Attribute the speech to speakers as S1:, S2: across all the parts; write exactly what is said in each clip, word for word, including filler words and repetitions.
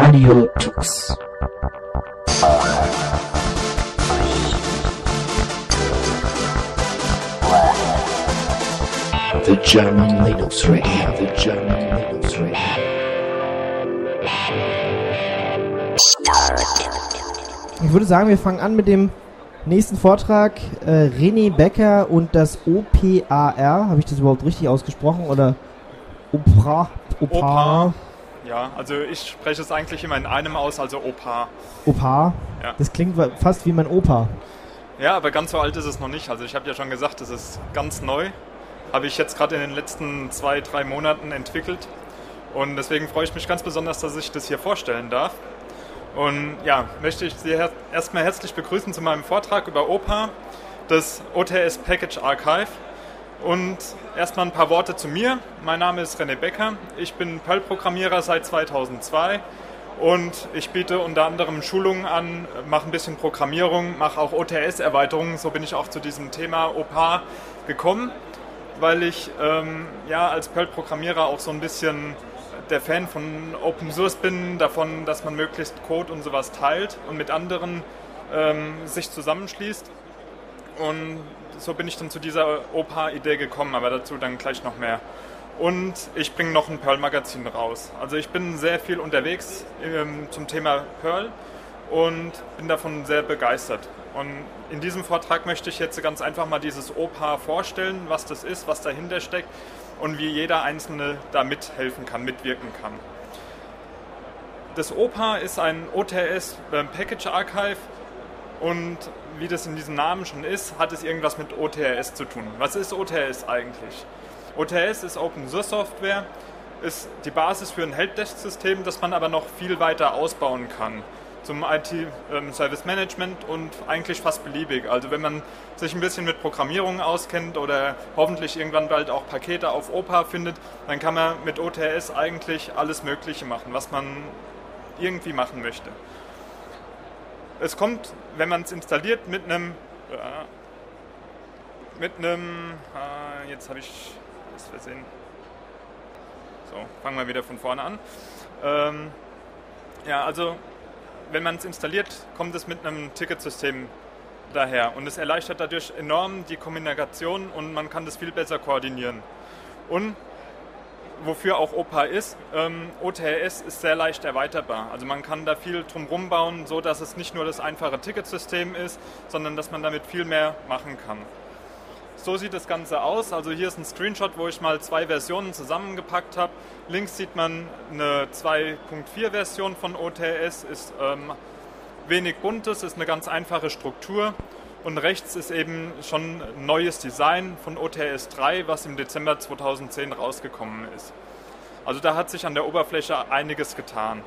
S1: Radio Tux. The German Linux Radio, the German Linux Radio.
S2: Ich würde sagen, wir fangen an mit dem nächsten Vortrag. Äh, René Becker und das O P A R. Habe ich das überhaupt richtig ausgesprochen? Oder Opera?
S3: Opa. Ja, also ich spreche es eigentlich immer in einem aus, also Opa.
S2: Opa?
S3: Ja.
S2: Das klingt fast wie mein Opa.
S3: Ja, aber ganz so alt ist es noch nicht. Also ich habe ja schon gesagt, es ist ganz neu. Habe ich jetzt gerade in den letzten zwei, drei Monaten entwickelt. Und deswegen freue ich mich ganz besonders, dass ich das hier vorstellen darf. Und ja, möchte ich Sie her- erstmal herzlich begrüßen zu meinem Vortrag über O P A, das O T S Package Archive. Und erstmal ein paar Worte zu mir. Mein Name ist René Becker. Ich bin Perl-Programmierer seit zweitausendzwei und ich biete unter anderem Schulungen an, mache ein bisschen Programmierung, mache auch O T S-Erweiterungen. So bin ich auch zu diesem Thema O P A gekommen, weil ich ähm, ja, als Perl-Programmierer auch so ein bisschen der Fan von Open Source bin, davon, dass man möglichst Code und sowas teilt und mit anderen ähm, sich zusammenschließt. Und so bin ich dann zu dieser O P A-Idee gekommen, aber dazu dann gleich noch mehr. Und ich bringe noch ein Perl-Magazin raus. Also ich bin sehr viel unterwegs ähm, zum Thema Perl und bin davon sehr begeistert. Und in diesem Vortrag möchte ich jetzt ganz einfach mal dieses O P A vorstellen, was das ist, was dahinter steckt und wie jeder Einzelne da mithelfen kann, mitwirken kann. Das O P A ist ein O T S äh, Package Archive und wie das in diesem Namen schon ist, hat es irgendwas mit O T S zu tun. Was ist O T S eigentlich? O T S ist Open Source Software, ist die Basis für ein Helpdesk-System, das man aber noch viel weiter ausbauen kann. Zum I T-Service Management und eigentlich fast beliebig. Also wenn man sich ein bisschen mit Programmierung auskennt oder hoffentlich irgendwann bald auch Pakete auf O P A findet, dann kann man mit O T S eigentlich alles Mögliche machen, was man irgendwie machen möchte. Es kommt, wenn man es installiert, mit einem, äh, mit einem, äh, jetzt habe ich das versehen. So, fangen wir wieder von vorne an. Ähm, ja, also wenn man es installiert, kommt es mit einem Ticketsystem daher und es erleichtert dadurch enorm die Kommunikation und man kann das viel besser koordinieren. Und wofür auch O P A ist, ähm, O T S ist sehr leicht erweiterbar. Also man kann da viel drumherum bauen, so dass es nicht nur das einfache Ticketsystem ist, sondern dass man damit viel mehr machen kann. So sieht das Ganze aus. Also hier ist ein Screenshot, wo ich mal zwei Versionen zusammengepackt habe. Links sieht man eine zwei Punkt vier Version von O T S, ist ähm, wenig buntes, ist eine ganz einfache Struktur. Und rechts ist eben schon ein neues Design von O T S drei, was im Dezember zweitausendzehn rausgekommen ist. Also da hat sich an der Oberfläche einiges getan.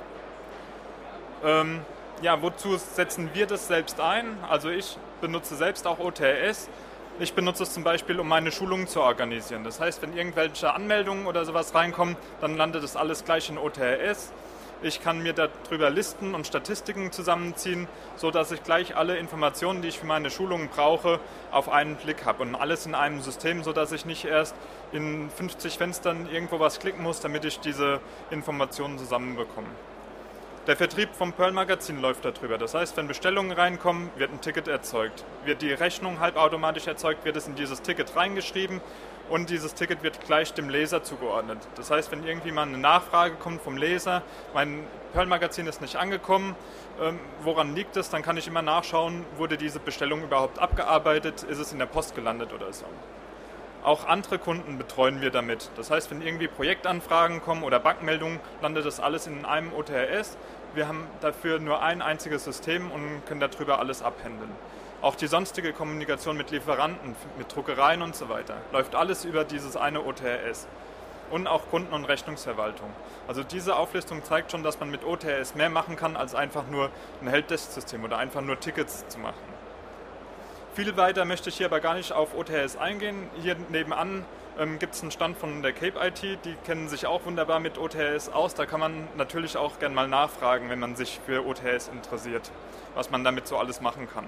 S3: Ähm, ja, wozu setzen wir das selbst ein? Also ich benutze selbst auch O T S. Ich benutze es zum Beispiel, um meine Schulungen zu organisieren. Das heißt, wenn irgendwelche Anmeldungen oder sowas reinkommen, dann landet das alles gleich in O T S. Ich kann mir darüber Listen und Statistiken zusammenziehen, sodass ich gleich alle Informationen, die ich für meine Schulungen brauche, auf einen Blick habe. Und alles in einem System, sodass ich nicht erst in fünfzig Fenstern irgendwo was klicken muss, damit ich diese Informationen zusammenbekomme. Der Vertrieb vom Perl-Magazin läuft darüber. Das heißt, wenn Bestellungen reinkommen, wird ein Ticket erzeugt. Wird die Rechnung halbautomatisch erzeugt, wird es in dieses Ticket reingeschrieben und dieses Ticket wird gleich dem Leser zugeordnet. Das heißt, wenn irgendwie mal eine Nachfrage kommt vom Leser, mein Perl-Magazin ist nicht angekommen, ähm, woran liegt es, dann kann ich immer nachschauen, wurde diese Bestellung überhaupt abgearbeitet, ist es in der Post gelandet oder so. Auch andere Kunden betreuen wir damit. Das heißt, wenn irgendwie Projektanfragen kommen oder Bugmeldungen, landet das alles in einem O T S. Wir haben dafür nur ein einziges System und können darüber alles abhandeln. Auch die sonstige Kommunikation mit Lieferanten, mit Druckereien und so weiter, läuft alles über dieses eine O T S. Und auch Kunden- und Rechnungsverwaltung. Also diese Auflistung zeigt schon, dass man mit O T S mehr machen kann, als einfach nur ein Helpdesk-System oder einfach nur Tickets zu machen. Viel weiter möchte ich hier aber gar nicht auf O T S eingehen. Hier nebenan ähm, gibt es einen Stand von der Cape I T, die kennen sich auch wunderbar mit O T S aus. Da kann man natürlich auch gerne mal nachfragen, wenn man sich für O T S interessiert, was man damit so alles machen kann.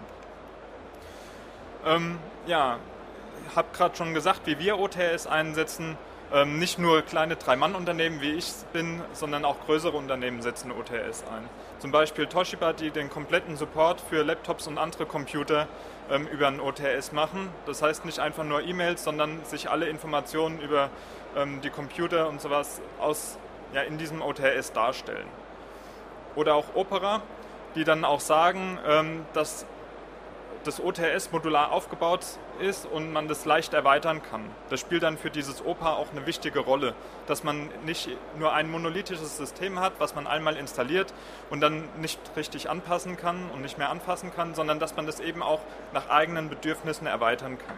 S3: Ähm, ja, ich habe gerade schon gesagt, wie wir O T S einsetzen. Ähm, nicht nur kleine Drei-Mann-Unternehmen, wie ich es bin, sondern auch größere Unternehmen setzen O T S ein. Zum Beispiel Toshiba, die den kompletten Support für Laptops und andere Computer ähm, über ein O T S machen. Das heißt nicht einfach nur E-Mails, sondern sich alle Informationen über ähm, die Computer und sowas aus, ja, in diesem O T S darstellen. Oder auch Opera, die dann auch sagen, ähm, dass das O T S modular aufgebaut ist und man das leicht erweitern kann. Das spielt dann für dieses O P A auch eine wichtige Rolle, dass man nicht nur ein monolithisches System hat, was man einmal installiert und dann nicht richtig anpassen kann und nicht mehr anfassen kann, sondern dass man das eben auch nach eigenen Bedürfnissen erweitern kann.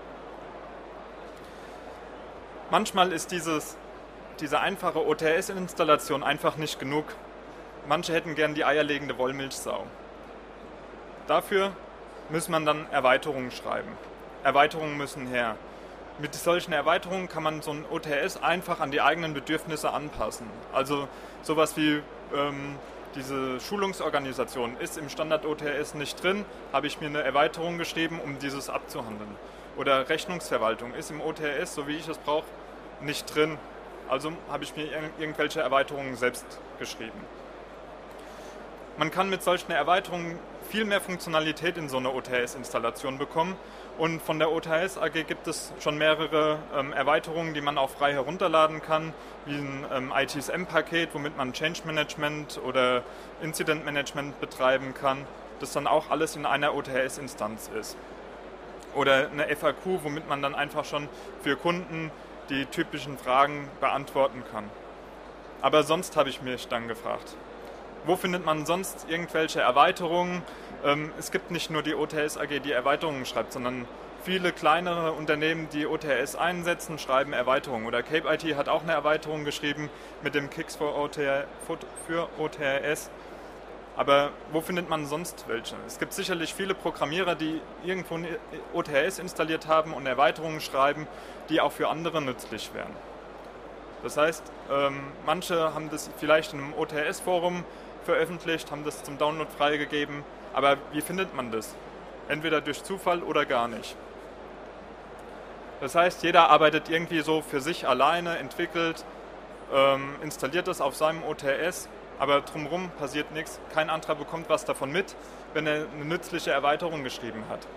S3: Manchmal ist dieses, diese einfache O T S-Installation einfach nicht genug. Manche hätten gern die eierlegende Wollmilchsau. Dafür muss man dann Erweiterungen schreiben. Erweiterungen müssen her. Mit solchen Erweiterungen kann man so ein O T S einfach an die eigenen Bedürfnisse anpassen. Also sowas wie ähm, diese Schulungsorganisation ist im Standard-O T S nicht drin, habe ich mir eine Erweiterung geschrieben, um dieses abzuhandeln. Oder Rechnungsverwaltung ist im O T S, so wie ich es brauche, nicht drin. Also habe ich mir irgendwelche Erweiterungen selbst geschrieben. Man kann mit solchen Erweiterungen viel mehr Funktionalität in so eine O T S-Installation bekommen. Und von der O T S A G gibt es schon mehrere ähm, Erweiterungen, die man auch frei herunterladen kann, wie ein ähm, I T S M-Paket, womit man Change Management oder Incident Management betreiben kann, das dann auch alles in einer O T S-Instanz ist. Oder eine F A Q, womit man dann einfach schon für Kunden die typischen Fragen beantworten kann. Aber sonst habe ich mich dann gefragt, wo findet man sonst irgendwelche Erweiterungen? Ähm, es gibt nicht nur die O T S A G, die Erweiterungen schreibt, sondern viele kleinere Unternehmen, die O T S einsetzen, schreiben Erweiterungen. Oder Cape I T hat auch eine Erweiterung geschrieben mit dem Kix für O T S. Aber wo findet man sonst welche? Es gibt sicherlich viele Programmierer, die irgendwo ein O T S installiert haben und Erweiterungen schreiben, die auch für andere nützlich wären. Das heißt, ähm, manche haben das vielleicht in einem O T S-Forum veröffentlicht, haben das zum Download freigegeben, aber wie findet man das? Entweder durch Zufall oder gar nicht. Das heißt, jeder arbeitet irgendwie so für sich alleine, entwickelt, ähm, installiert das auf seinem O T S, aber drumherum passiert nichts, kein anderer bekommt was davon mit, wenn er eine nützliche Erweiterung geschrieben hat.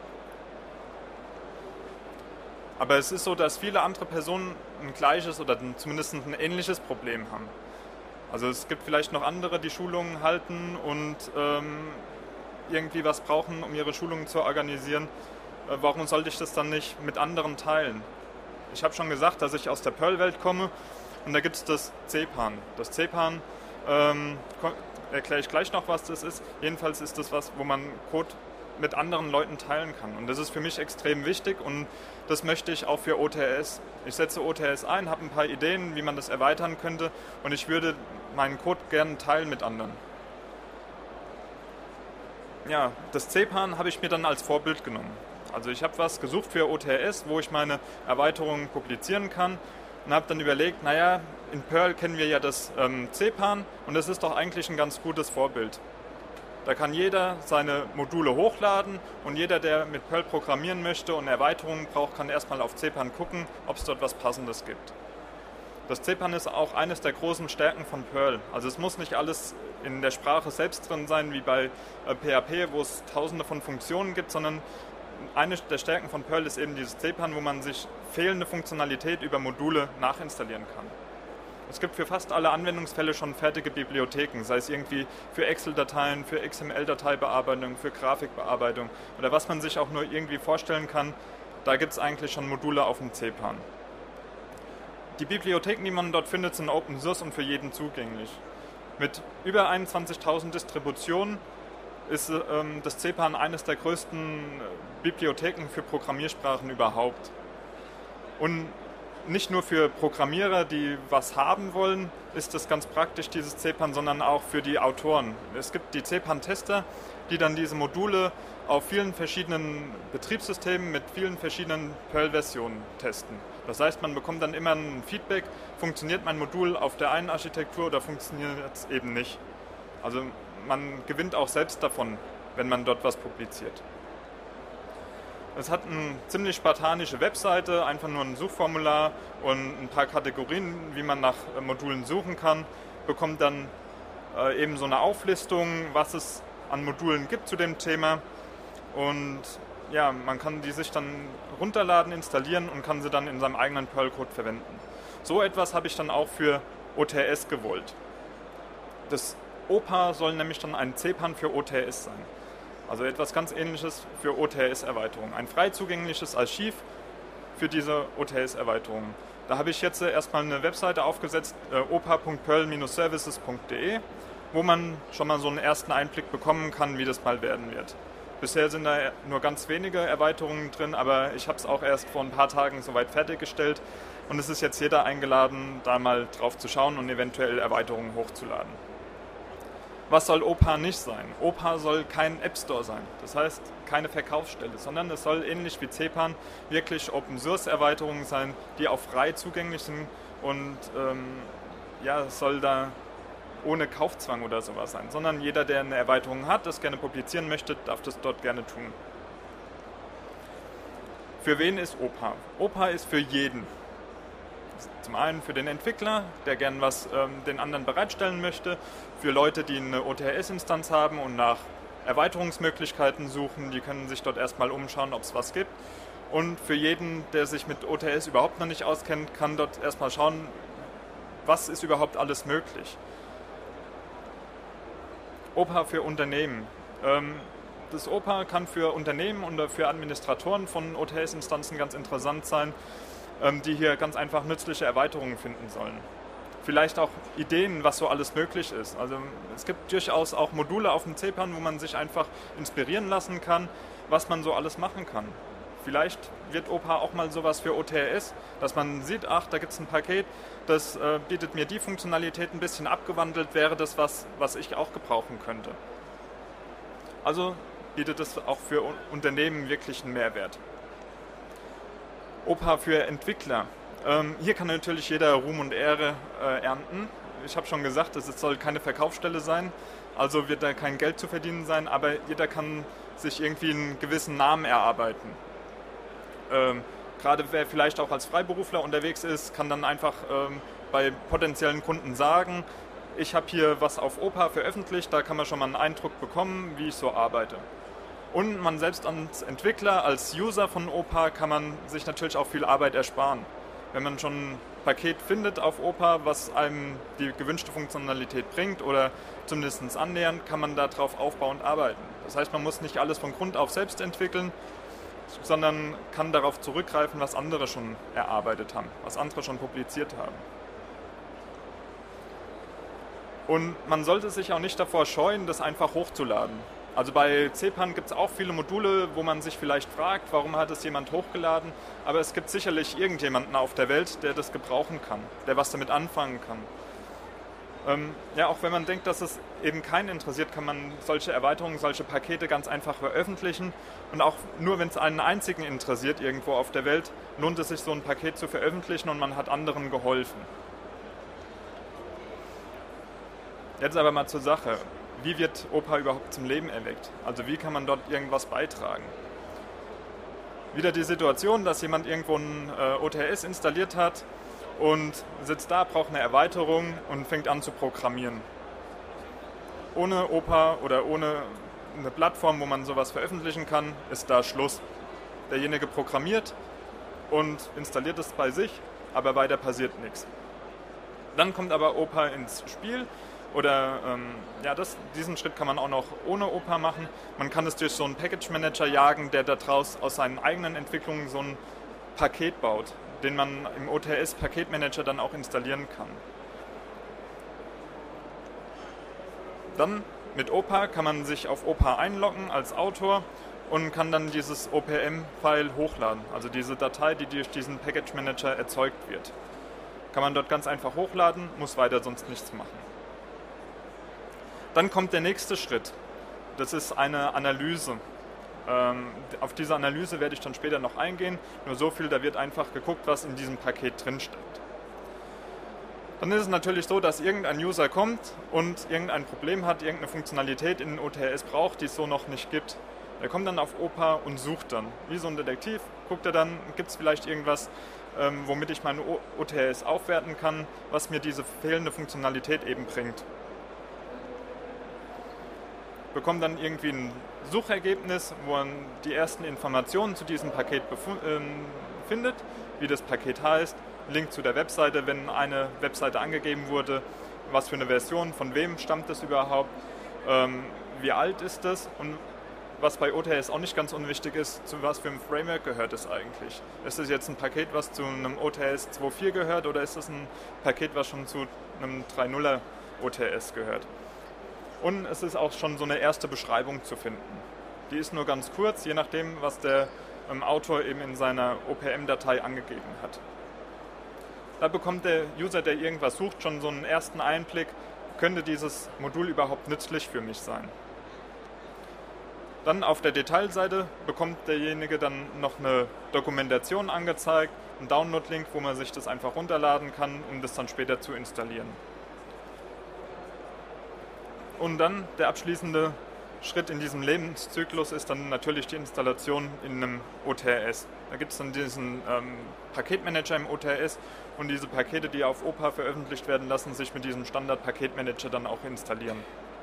S3: Aber es ist so, dass viele andere Personen ein gleiches oder zumindest ein ähnliches Problem haben. Also es gibt vielleicht noch andere, die Schulungen halten und ähm, irgendwie was brauchen, um ihre Schulungen zu organisieren. Äh, warum sollte ich das dann nicht mit anderen teilen? Ich habe schon gesagt, dass ich aus der Perl-Welt komme und da gibt es das C P A N. Das C P A N, ähm, erkläre ich gleich noch, was das ist. Jedenfalls ist das was, wo man Code mit anderen Leuten teilen kann. Und das ist für mich extrem wichtig und das möchte ich auch für O T S. Ich setze O T S ein, habe ein paar Ideen, wie man das erweitern könnte und ich würde meinen Code gerne teilen mit anderen. Ja, das C P A N habe ich mir dann als Vorbild genommen. Also ich habe was gesucht für O T S, wo ich meine Erweiterungen publizieren kann und habe dann überlegt, naja, in Perl kennen wir ja das ähm, C P A N und das ist doch eigentlich ein ganz gutes Vorbild. Da kann jeder seine Module hochladen und jeder, der mit Perl programmieren möchte und Erweiterungen braucht, kann erstmal auf C P A N gucken, ob es dort was Passendes gibt. Das C P A N ist auch eines der großen Stärken von Perl. Also es muss nicht alles in der Sprache selbst drin sein, wie bei äh, P H P, wo es tausende von Funktionen gibt, sondern eine der Stärken von Perl ist eben dieses C P A N, wo man sich fehlende Funktionalität über Module nachinstallieren kann. Es gibt für fast alle Anwendungsfälle schon fertige Bibliotheken, sei es irgendwie für Excel-Dateien, für X M L-Dateibearbeitung, für Grafikbearbeitung oder was man sich auch nur irgendwie vorstellen kann, da gibt es eigentlich schon Module auf dem C P A N. Die Bibliotheken, die man dort findet, sind Open Source und für jeden zugänglich. Mit über einundzwanzigtausend Distributionen ist ähm, das C P A N eines der größten Bibliotheken für Programmiersprachen überhaupt. Und nicht nur für Programmierer, die was haben wollen, ist das ganz praktisch, dieses C P A N, sondern auch für die Autoren. Es gibt die C P A N-Tester, die dann diese Module auf vielen verschiedenen Betriebssystemen mit vielen verschiedenen Perl-Versionen testen. Das heißt, man bekommt dann immer ein Feedback, funktioniert mein Modul auf der einen Architektur oder funktioniert es eben nicht. Also man gewinnt auch selbst davon, wenn man dort was publiziert. Es hat eine ziemlich spartanische Webseite, einfach nur ein Suchformular und ein paar Kategorien, wie man nach Modulen suchen kann. Bekommt dann äh, eben so eine Auflistung, was es an Modulen gibt zu dem Thema. Und ja, man kann die sich dann runterladen, installieren und kann sie dann in seinem eigenen Perl-Code verwenden. So etwas habe ich dann auch für O T S gewollt. Das O P A soll nämlich dann ein C P A N für O T S sein. Also etwas ganz Ähnliches für O T S-Erweiterungen. Ein frei zugängliches Archiv für diese O T S-Erweiterungen. Da habe ich jetzt erstmal eine Webseite aufgesetzt, äh, opa punkt perl Bindestrich services punkt de, wo man schon mal so einen ersten Einblick bekommen kann, wie das mal werden wird. Bisher sind da nur ganz wenige Erweiterungen drin, aber ich habe es auch erst vor ein paar Tagen soweit fertiggestellt und es ist jetzt jeder eingeladen, da mal drauf zu schauen und eventuell Erweiterungen hochzuladen. Was soll O P A nicht sein? O P A soll kein App Store sein, das heißt keine Verkaufsstelle, sondern es soll ähnlich wie C P A N wirklich Open-Source-Erweiterungen sein, die auch frei zugänglich sind und ähm, ja, es soll da ohne Kaufzwang oder sowas sein, sondern jeder, der eine Erweiterung hat, das gerne publizieren möchte, darf das dort gerne tun. Für wen ist O P A? O P A ist für jeden. Zum einen für den Entwickler, der gern was ähm, den anderen bereitstellen möchte, für Leute, die eine O T S-Instanz haben und nach Erweiterungsmöglichkeiten suchen, die können sich dort erstmal umschauen, ob es was gibt. Und für jeden, der sich mit O T S überhaupt noch nicht auskennt, kann dort erstmal schauen, was ist überhaupt alles möglich. O P A für Unternehmen. Ähm, das O P A kann für Unternehmen und für Administratoren von O T S-Instanzen ganz interessant sein, die hier ganz einfach nützliche Erweiterungen finden sollen. Vielleicht auch Ideen, was so alles möglich ist. Also es gibt durchaus auch Module auf dem C P A N, wo man sich einfach inspirieren lassen kann, was man so alles machen kann. Vielleicht wird O P A auch mal sowas für O T S, dass man sieht, ach, da gibt es ein Paket, das äh, bietet mir die Funktionalität ein bisschen abgewandelt, wäre das was, was ich auch gebrauchen könnte. Also bietet es auch für Unternehmen wirklich einen Mehrwert. O P A für Entwickler. Ähm, hier kann natürlich jeder Ruhm und Ehre äh, ernten. Ich habe schon gesagt, es soll keine Verkaufsstelle sein, also wird da kein Geld zu verdienen sein, aber jeder kann sich irgendwie einen gewissen Namen erarbeiten. Ähm, gerade wer vielleicht auch als Freiberufler unterwegs ist, kann dann einfach ähm, bei potenziellen Kunden sagen, ich habe hier was auf O P A veröffentlicht, da kann man schon mal einen Eindruck bekommen, wie ich so arbeite. Und man selbst als Entwickler, als User von O P A kann man sich natürlich auch viel Arbeit ersparen. Wenn man schon ein Paket findet auf O P A, was einem die gewünschte Funktionalität bringt oder zumindest annähernd, kann man darauf aufbauend arbeiten. Das heißt, man muss nicht alles von Grund auf selbst entwickeln, sondern kann darauf zurückgreifen, was andere schon erarbeitet haben, was andere schon publiziert haben. Und man sollte sich auch nicht davor scheuen, das einfach hochzuladen. Also bei C P A N gibt es auch viele Module, wo man sich vielleicht fragt, warum hat es jemand hochgeladen, aber es gibt sicherlich irgendjemanden auf der Welt, der das gebrauchen kann, der was damit anfangen kann. Ähm, ja, auch wenn man denkt, dass es eben keinen interessiert, kann man solche Erweiterungen, solche Pakete ganz einfach veröffentlichen und auch nur wenn es einen einzigen interessiert irgendwo auf der Welt, lohnt es sich so ein Paket zu veröffentlichen und man hat anderen geholfen. Jetzt aber mal zur Sache. Wie wird O P A überhaupt zum Leben erweckt? Also wie kann man dort irgendwas beitragen? Wieder die Situation, dass jemand irgendwo ein äh, O T S installiert hat und sitzt da, braucht eine Erweiterung und fängt an zu programmieren. Ohne O P A oder ohne eine Plattform, wo man sowas veröffentlichen kann, ist da Schluss. Derjenige programmiert und installiert es bei sich, aber weiter passiert nichts. Dann kommt aber O P A ins Spiel. Oder ähm, ja, das, diesen Schritt kann man auch noch ohne O P A machen. Man kann es durch so einen Package Manager jagen, der daraus aus seinen eigenen Entwicklungen so ein Paket baut, den man im O T S-Paketmanager dann auch installieren kann. Dann mit O P A kann man sich auf O P A einloggen als Autor und kann dann dieses O P M-File hochladen, also diese Datei, die durch diesen Package Manager erzeugt wird. Kann man dort ganz einfach hochladen, muss weiter sonst nichts machen. Dann kommt der nächste Schritt. Das ist eine Analyse. Ähm, auf diese Analyse werde ich dann später noch eingehen. Nur so viel, da wird einfach geguckt, was in diesem Paket drinsteckt. Dann ist es natürlich so, dass irgendein User kommt und irgendein Problem hat, irgendeine Funktionalität in O T S braucht, die es so noch nicht gibt. Er kommt dann auf Opa und sucht dann. Wie so ein Detektiv guckt er dann, gibt es vielleicht irgendwas, ähm, womit ich meine O T S aufwerten kann, was mir diese fehlende Funktionalität eben bringt. Bekommt dann irgendwie ein Suchergebnis, wo man die ersten Informationen zu diesem Paket ähm, findet, wie das Paket heißt, Link zu der Webseite, wenn eine Webseite angegeben wurde, was für eine Version, von wem stammt das überhaupt, ähm, wie alt ist das und was bei O T S auch nicht ganz unwichtig ist, zu was für einem Framework gehört es eigentlich. Ist das jetzt ein Paket, was zu einem O T S zwei Punkt vier gehört oder ist das ein Paket, was schon zu einem drei Punkt null O T S gehört? Und es ist auch schon so eine erste Beschreibung zu finden. Die ist nur ganz kurz, je nachdem, was der ähm, Autor eben in seiner O P M-Datei angegeben hat. Da bekommt der User, der irgendwas sucht, schon so einen ersten Einblick, könnte dieses Modul überhaupt nützlich für mich sein. Dann auf der Detailseite bekommt derjenige dann noch eine Dokumentation angezeigt, einen Download-Link, wo man sich das einfach runterladen kann, um das dann später zu installieren. Und dann der abschließende Schritt in diesem Lebenszyklus ist dann natürlich die Installation in einem O T S. Da gibt es dann diesen ähm, Paketmanager im O T S und diese Pakete, die auf Opa veröffentlicht werden, lassen sich mit diesem Standard-Paketmanager dann auch installieren.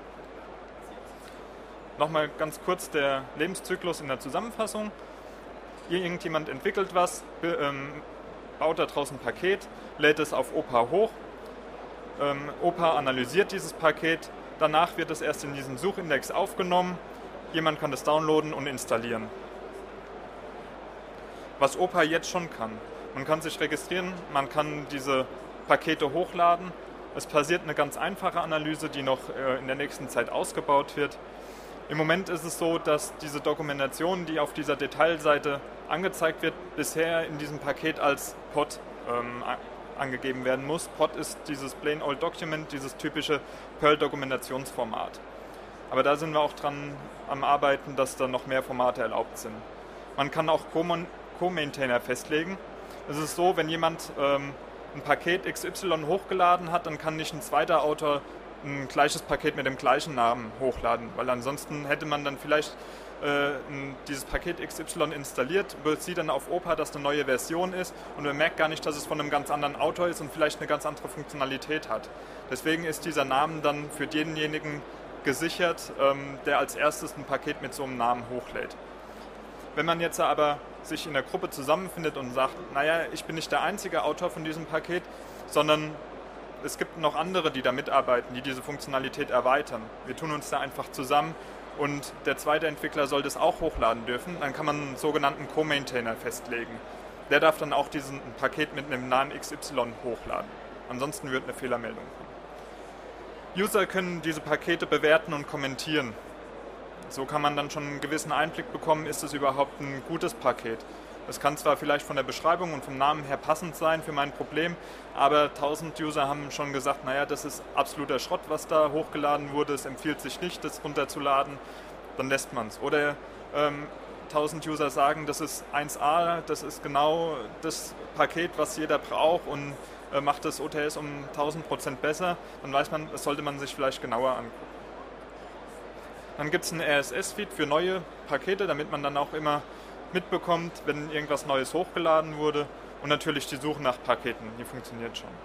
S3: Nochmal ganz kurz der Lebenszyklus in der Zusammenfassung. Hier irgendjemand entwickelt was, be, ähm, baut da draußen ein Paket, lädt es auf Opa hoch. Ähm, Opa analysiert dieses Paket. Danach wird es erst in diesen Suchindex aufgenommen, jemand kann das downloaden und installieren. Was Opa jetzt schon kann, man kann sich registrieren, man kann diese Pakete hochladen. Es passiert eine ganz einfache Analyse, die noch in der nächsten Zeit ausgebaut wird. Im Moment ist es so, dass diese Dokumentation, die auf dieser Detailseite angezeigt wird, bisher in diesem Paket als P O D ähm, angegeben werden muss. P O D ist dieses Plain Old Document, dieses typische Perl-Dokumentationsformat. Aber da sind wir auch dran am Arbeiten, dass da noch mehr Formate erlaubt sind. Man kann auch Co-Maintainer festlegen. Es ist so, wenn jemand ähm, ein Paket X Y hochgeladen hat, dann kann nicht ein zweiter Autor ein gleiches Paket mit dem gleichen Namen hochladen, weil ansonsten hätte man dann vielleicht äh, dieses Paket X Y installiert, sieht dann auf Opa, dass eine neue Version ist und man merkt gar nicht, dass es von einem ganz anderen Autor ist und vielleicht eine ganz andere Funktionalität hat. Deswegen ist dieser Name dann für denjenigen gesichert, ähm, der als erstes ein Paket mit so einem Namen hochlädt. Wenn man jetzt aber sich in der Gruppe zusammenfindet und sagt, naja, ich bin nicht der einzige Autor von diesem Paket, sondern es gibt noch andere, die da mitarbeiten, die diese Funktionalität erweitern. Wir tun uns da einfach zusammen und der zweite Entwickler soll das auch hochladen dürfen. Dann kann man einen sogenannten Co-Maintainer festlegen. Der darf dann auch diesen Paket mit einem Namen X Y hochladen. Ansonsten wird eine Fehlermeldung kommen. User können diese Pakete bewerten und kommentieren. So kann man dann schon einen gewissen Einblick bekommen, ist es überhaupt ein gutes Paket. Es kann zwar vielleicht von der Beschreibung und vom Namen her passend sein für mein Problem, aber tausend User haben schon gesagt, naja, das ist absoluter Schrott, was da hochgeladen wurde, es empfiehlt sich nicht, das runterzuladen, dann lässt man es. Oder ähm, tausend User sagen, das ist eins A, das ist genau das Paket, was jeder braucht und äh, macht das O T S um tausend Prozent besser, dann weiß man, das sollte man sich vielleicht genauer angucken. Dann gibt es einen R S S-Feed für neue Pakete, damit man dann auch immer mitbekommt, wenn irgendwas Neues hochgeladen wurde und natürlich die Suche nach Paketen, die funktioniert schon.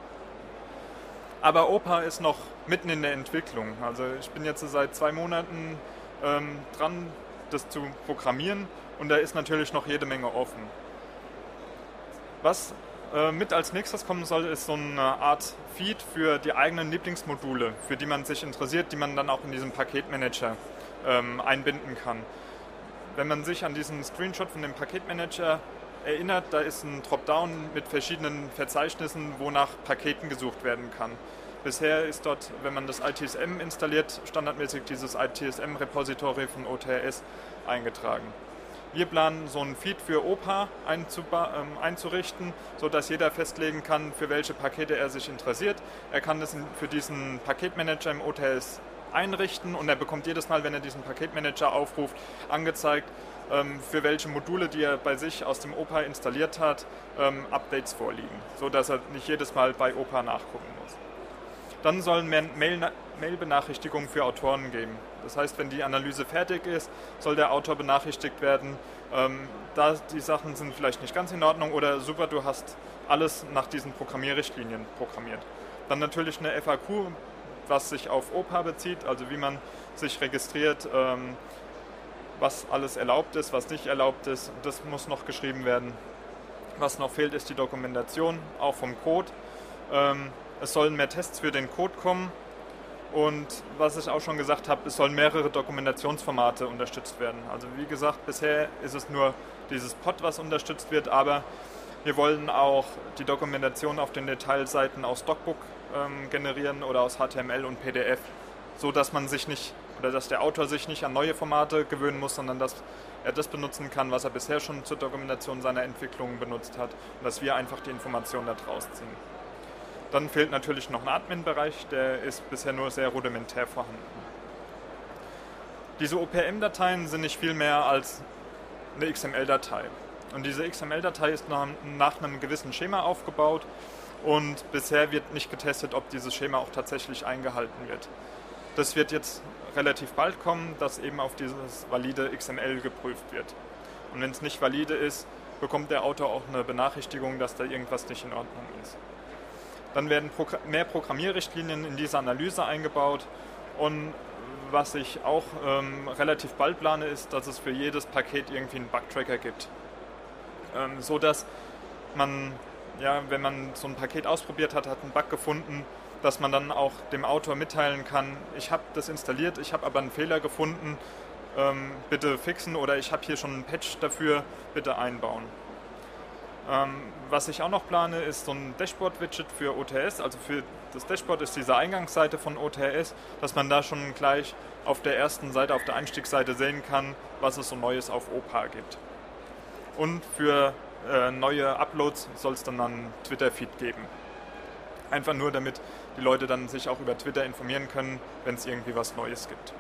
S3: Aber Opa ist noch mitten in der Entwicklung, also ich bin jetzt seit zwei Monaten ähm, dran, das zu programmieren und da ist natürlich noch jede Menge offen. Was äh, mit als nächstes kommen soll, ist so eine Art Feed für die eigenen Lieblingsmodule, für die man sich interessiert, die man dann auch in diesem Paketmanager ähm, einbinden kann. Wenn man sich an diesen Screenshot von dem Paketmanager erinnert, da ist ein Dropdown mit verschiedenen Verzeichnissen, wo nach Paketen gesucht werden kann. Bisher ist dort, wenn man das I T S M installiert, standardmäßig dieses I T S M-Repository von O T S eingetragen. Wir planen, so einen Feed für Opa einzurichten, sodass jeder festlegen kann, für welche Pakete er sich interessiert. Er kann das für diesen Paketmanager im O T S einrichten und er bekommt jedes Mal, wenn er diesen Paketmanager aufruft, angezeigt, ähm, für welche Module, die er bei sich aus dem Opa installiert hat, ähm, Updates vorliegen, sodass er nicht jedes Mal bei Opa nachgucken muss. Dann sollen mehr Mail-Benachrichtigungen für Autoren geben. Das heißt, wenn die Analyse fertig ist, soll der Autor benachrichtigt werden, ähm, da die Sachen sind vielleicht nicht ganz in Ordnung oder super, du hast alles nach diesen Programmierrichtlinien programmiert. Dann natürlich eine F A Q, was sich auf O P A bezieht, also wie man sich registriert, ähm, was alles erlaubt ist, was nicht erlaubt ist, das muss noch geschrieben werden. Was noch fehlt, ist die Dokumentation, auch vom Code. Ähm, es sollen mehr Tests für den Code kommen und was ich auch schon gesagt habe, es sollen mehrere Dokumentationsformate unterstützt werden. Also wie gesagt, bisher ist es nur dieses Pod, was unterstützt wird, aber wir wollen auch die Dokumentation auf den Detailseiten aus DocBook ähm, generieren oder aus H T M L und P D F, so dass man sich nicht oder dass der Autor sich nicht an neue Formate gewöhnen muss, sondern dass er das benutzen kann, was er bisher schon zur Dokumentation seiner Entwicklung benutzt hat und dass wir einfach die Informationen daraus ziehen. Dann fehlt natürlich noch ein Admin-Bereich, der ist bisher nur sehr rudimentär vorhanden. Diese O P M-Dateien sind nicht viel mehr als eine X M L-Datei. Und diese X M L-Datei ist nach, nach einem gewissen Schema aufgebaut und bisher wird nicht getestet, ob dieses Schema auch tatsächlich eingehalten wird. Das wird jetzt relativ bald kommen, dass eben auf dieses valide X M L geprüft wird. Und wenn es nicht valide ist, bekommt der Autor auch eine Benachrichtigung, dass da irgendwas nicht in Ordnung ist. Dann werden mehr Programmierrichtlinien in diese Analyse eingebaut und was ich auch ähm, relativ bald plane, ist, dass es für jedes Paket irgendwie einen Bug-Tracker gibt. Ähm, so dass man, ja, wenn man so ein Paket ausprobiert hat, hat einen Bug gefunden, dass man dann auch dem Autor mitteilen kann, ich habe das installiert, ich habe aber einen Fehler gefunden, ähm, bitte fixen oder ich habe hier schon einen Patch dafür, bitte einbauen. Ähm, was ich auch noch plane, ist so ein Dashboard-Widget für O T S, also für das Dashboard ist diese Eingangsseite von O T S, dass man da schon gleich auf der ersten Seite, auf der Einstiegsseite sehen kann, was es so Neues auf O P A gibt. Und für äh, neue Uploads soll es dann einen Twitter-Feed geben. Einfach nur, damit die Leute dann sich auch über Twitter informieren können, wenn es irgendwie was Neues gibt.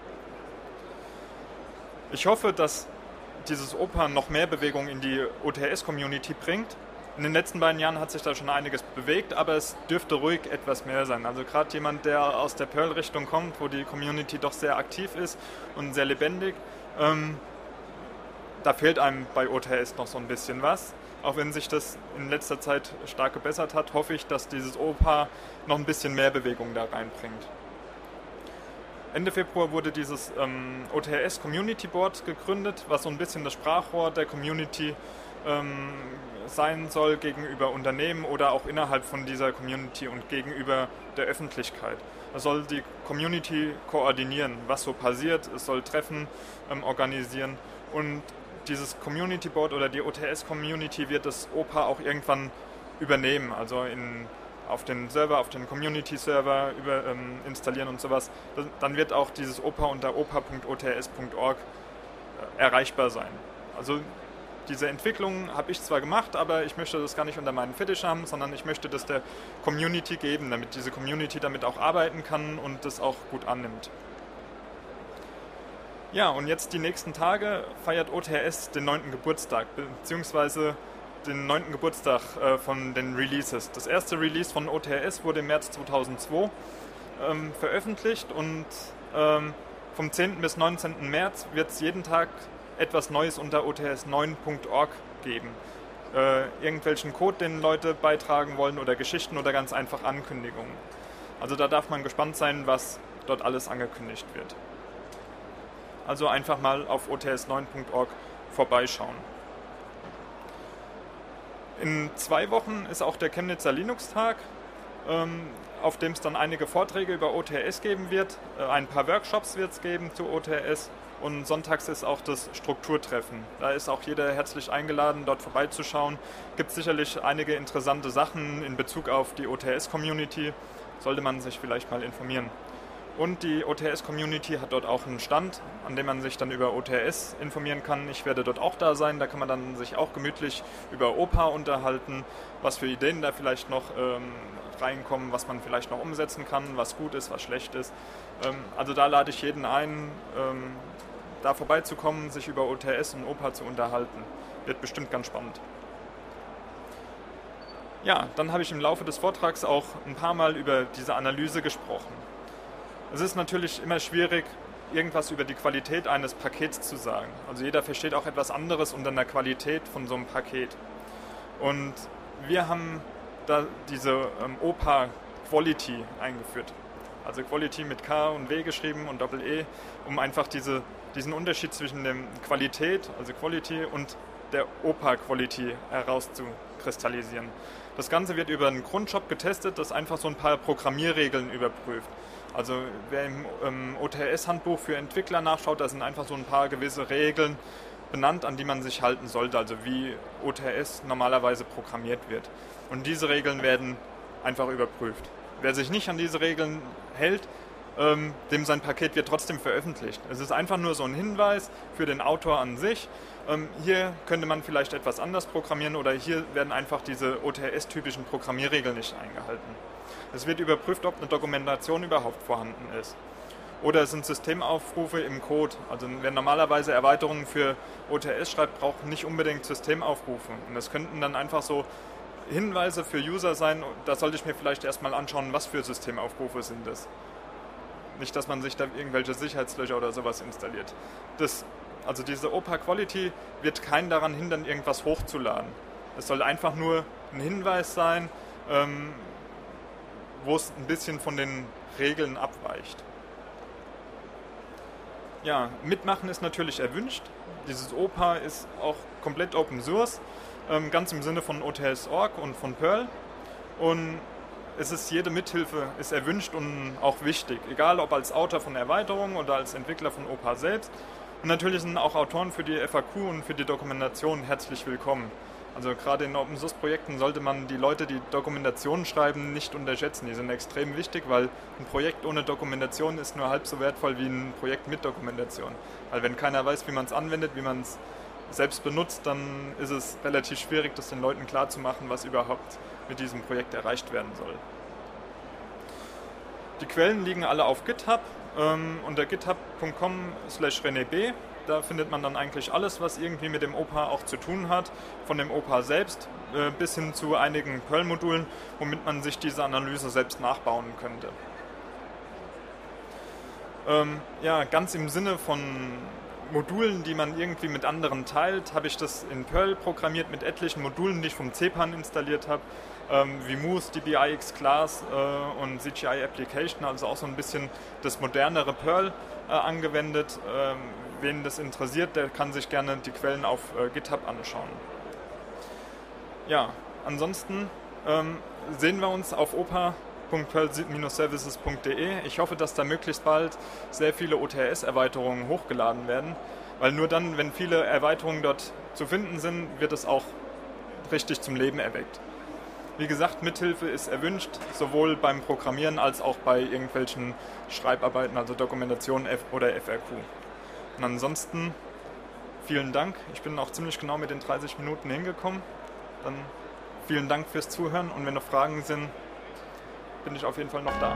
S3: Ich hoffe, dass dieses O P A noch mehr Bewegung in die O T S-Community bringt. In den letzten beiden Jahren hat sich da schon einiges bewegt, aber es dürfte ruhig etwas mehr sein. Also gerade jemand, der aus der Perl-Richtung kommt, wo die Community doch sehr aktiv ist und sehr lebendig, ähm, da fehlt einem bei O T S noch so ein bisschen was. Auch wenn sich das in letzter Zeit stark gebessert hat, hoffe ich, dass dieses O P A noch ein bisschen mehr Bewegung da reinbringt. Ende Februar wurde dieses ähm, O T S Community Board gegründet, was so ein bisschen das Sprachrohr der Community ähm, sein soll gegenüber Unternehmen oder auch innerhalb von dieser Community und gegenüber der Öffentlichkeit. Es soll die Community koordinieren, was so passiert, es soll Treffen ähm, organisieren und dieses Community Board oder die O T S Community wird das O P A auch irgendwann übernehmen, also in auf den Server, auf den Community-Server über, ähm, installieren und sowas, dann wird auch dieses O P A unter o p a punkt o t s punkt org äh, erreichbar sein. Also diese Entwicklung habe ich zwar gemacht, aber ich möchte das gar nicht unter meinen Fetisch haben, sondern ich möchte das der Community geben, damit diese Community damit auch arbeiten kann und das auch gut annimmt. Ja, und jetzt die nächsten Tage feiert O T S den neunten Geburtstag, beziehungsweise den neunten Geburtstag äh, von den Releases. Das erste Release von O T S wurde im März zweitausendzwei ähm, veröffentlicht und ähm, vom zehnten bis neunzehnten März wird es jeden Tag etwas Neues unter o t s neun punkt org geben. Äh, irgendwelchen Code, den Leute beitragen wollen oder Geschichten oder ganz einfach Ankündigungen. Also da darf man gespannt sein, was dort alles angekündigt wird. Also einfach mal auf o t s neun punkt org vorbeischauen. In zwei Wochen ist auch der Chemnitzer Linux-Tag, ähm, auf dem es dann einige Vorträge über O T S geben wird. Äh, ein paar Workshops wird es geben zu O T S und sonntags ist auch das Strukturtreffen. Da ist auch jeder herzlich eingeladen, dort vorbeizuschauen. Es gibt sicherlich einige interessante Sachen in Bezug auf die O T S-Community. Sollte man sich vielleicht mal informieren. Und die O T S-Community hat dort auch einen Stand, an dem man sich dann über O T S informieren kann. Ich werde dort auch da sein, da kann man dann sich auch gemütlich über O P A unterhalten, was für Ideen da vielleicht noch ähm, reinkommen, was man vielleicht noch umsetzen kann, was gut ist, was schlecht ist. Ähm, also da lade ich jeden ein, ähm, da vorbeizukommen, sich über O T S und O P A zu unterhalten. Wird bestimmt ganz spannend. Ja, dann habe ich im Laufe des Vortrags auch ein paar Mal über diese Analyse gesprochen. Es ist natürlich immer schwierig, irgendwas über die Qualität eines Pakets zu sagen. Also jeder versteht auch etwas anderes unter einer Qualität von so einem Paket. Und wir haben da diese ähm, O P A Quality eingeführt. Also Quality mit K und W geschrieben und Doppel-E, um einfach diese, diesen Unterschied zwischen der Qualität, also Quality, und der O P A Quality herauszukristallisieren. Das Ganze wird über einen Grundjob getestet, das einfach so ein paar Programmierregeln überprüft. Also wer im ähm, O T S-Handbuch für Entwickler nachschaut, da sind einfach so ein paar gewisse Regeln benannt, an die man sich halten sollte, also wie O T S normalerweise programmiert wird. Und diese Regeln werden einfach überprüft. Wer sich nicht an diese Regeln hält, ähm, dem sein Paket wird trotzdem veröffentlicht. Es ist einfach nur so ein Hinweis für den Autor an sich. Ähm, hier könnte man vielleicht etwas anders programmieren oder hier werden einfach diese O T S-typischen Programmierregeln nicht eingehalten. Es wird überprüft, ob eine Dokumentation überhaupt vorhanden ist. Oder es sind Systemaufrufe im Code. Also wer normalerweise Erweiterungen für O T S schreibt, braucht nicht unbedingt Systemaufrufe. Und das könnten dann einfach so Hinweise für User sein. Da sollte ich mir vielleicht erstmal anschauen, was für Systemaufrufe sind das. Nicht, dass man sich da irgendwelche Sicherheitslöcher oder sowas installiert. Das, also diese O P A Quality wird keinen daran hindern, irgendwas hochzuladen. Es soll einfach nur ein Hinweis sein, ähm, wo es ein bisschen von den Regeln abweicht. Ja, mitmachen ist natürlich erwünscht. Dieses O P A ist auch komplett Open Source, ähm, ganz im Sinne von O T S Punkt org und von Perl. Und es ist jede Mithilfe ist erwünscht und auch wichtig, egal ob als Autor von Erweiterungen oder als Entwickler von O P A selbst. Und natürlich sind auch Autoren für die F A Q und für die Dokumentation herzlich willkommen. Also gerade in Open-Source-Projekten sollte man die Leute, die Dokumentationen schreiben, nicht unterschätzen. Die sind extrem wichtig, weil ein Projekt ohne Dokumentation ist nur halb so wertvoll wie ein Projekt mit Dokumentation. Weil wenn keiner weiß, wie man es anwendet, wie man es selbst benutzt, dann ist es relativ schwierig, das den Leuten klarzumachen, was überhaupt mit diesem Projekt erreicht werden soll. Die Quellen liegen alle auf GitHub ähm, unter github punkt com slash rené b. Da findet man dann eigentlich alles, was irgendwie mit dem O P A auch zu tun hat, von dem O P A selbst äh, bis hin zu einigen Perl-Modulen, womit man sich diese Analyse selbst nachbauen könnte. Ähm, ja, ganz im Sinne von Modulen, die man irgendwie mit anderen teilt, habe ich das in Perl programmiert mit etlichen Modulen, die ich vom C P A N installiert habe, ähm, wie Moose, D B I X Class äh, und C G I Application, also auch so ein bisschen das modernere Perl äh, angewendet. Ähm, wen das interessiert, der kann sich gerne die Quellen auf äh, GitHub anschauen. Ja, ansonsten ähm, sehen wir uns auf opa punkt perl services punkt de. Ich hoffe, dass da möglichst bald sehr viele O T S-Erweiterungen hochgeladen werden, weil nur dann, wenn viele Erweiterungen dort zu finden sind, wird es auch richtig zum Leben erweckt. Wie gesagt, Mithilfe ist erwünscht, sowohl beim Programmieren als auch bei irgendwelchen Schreibarbeiten, also Dokumentationen oder F A Q. Und ansonsten vielen Dank. Ich bin auch ziemlich genau mit den dreißig Minuten hingekommen. Dann vielen Dank fürs Zuhören und wenn noch Fragen sind, bin ich auf jeden Fall noch da.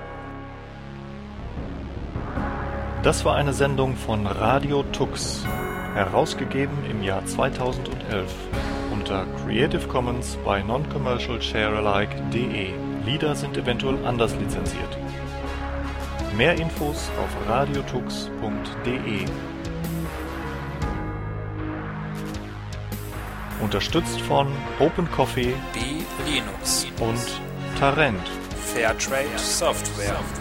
S4: Das war eine Sendung von Radio Tux, herausgegeben im Jahr zweitausendelf unter Creative Commons bei Non-Commercial Share-alike punkt de. Lieder sind eventuell anders lizenziert. Mehr Infos auf radiotux punkt de. Unterstützt von OpenCoffee,
S5: B Linux
S4: und Tarent.
S5: Fairtrade Software.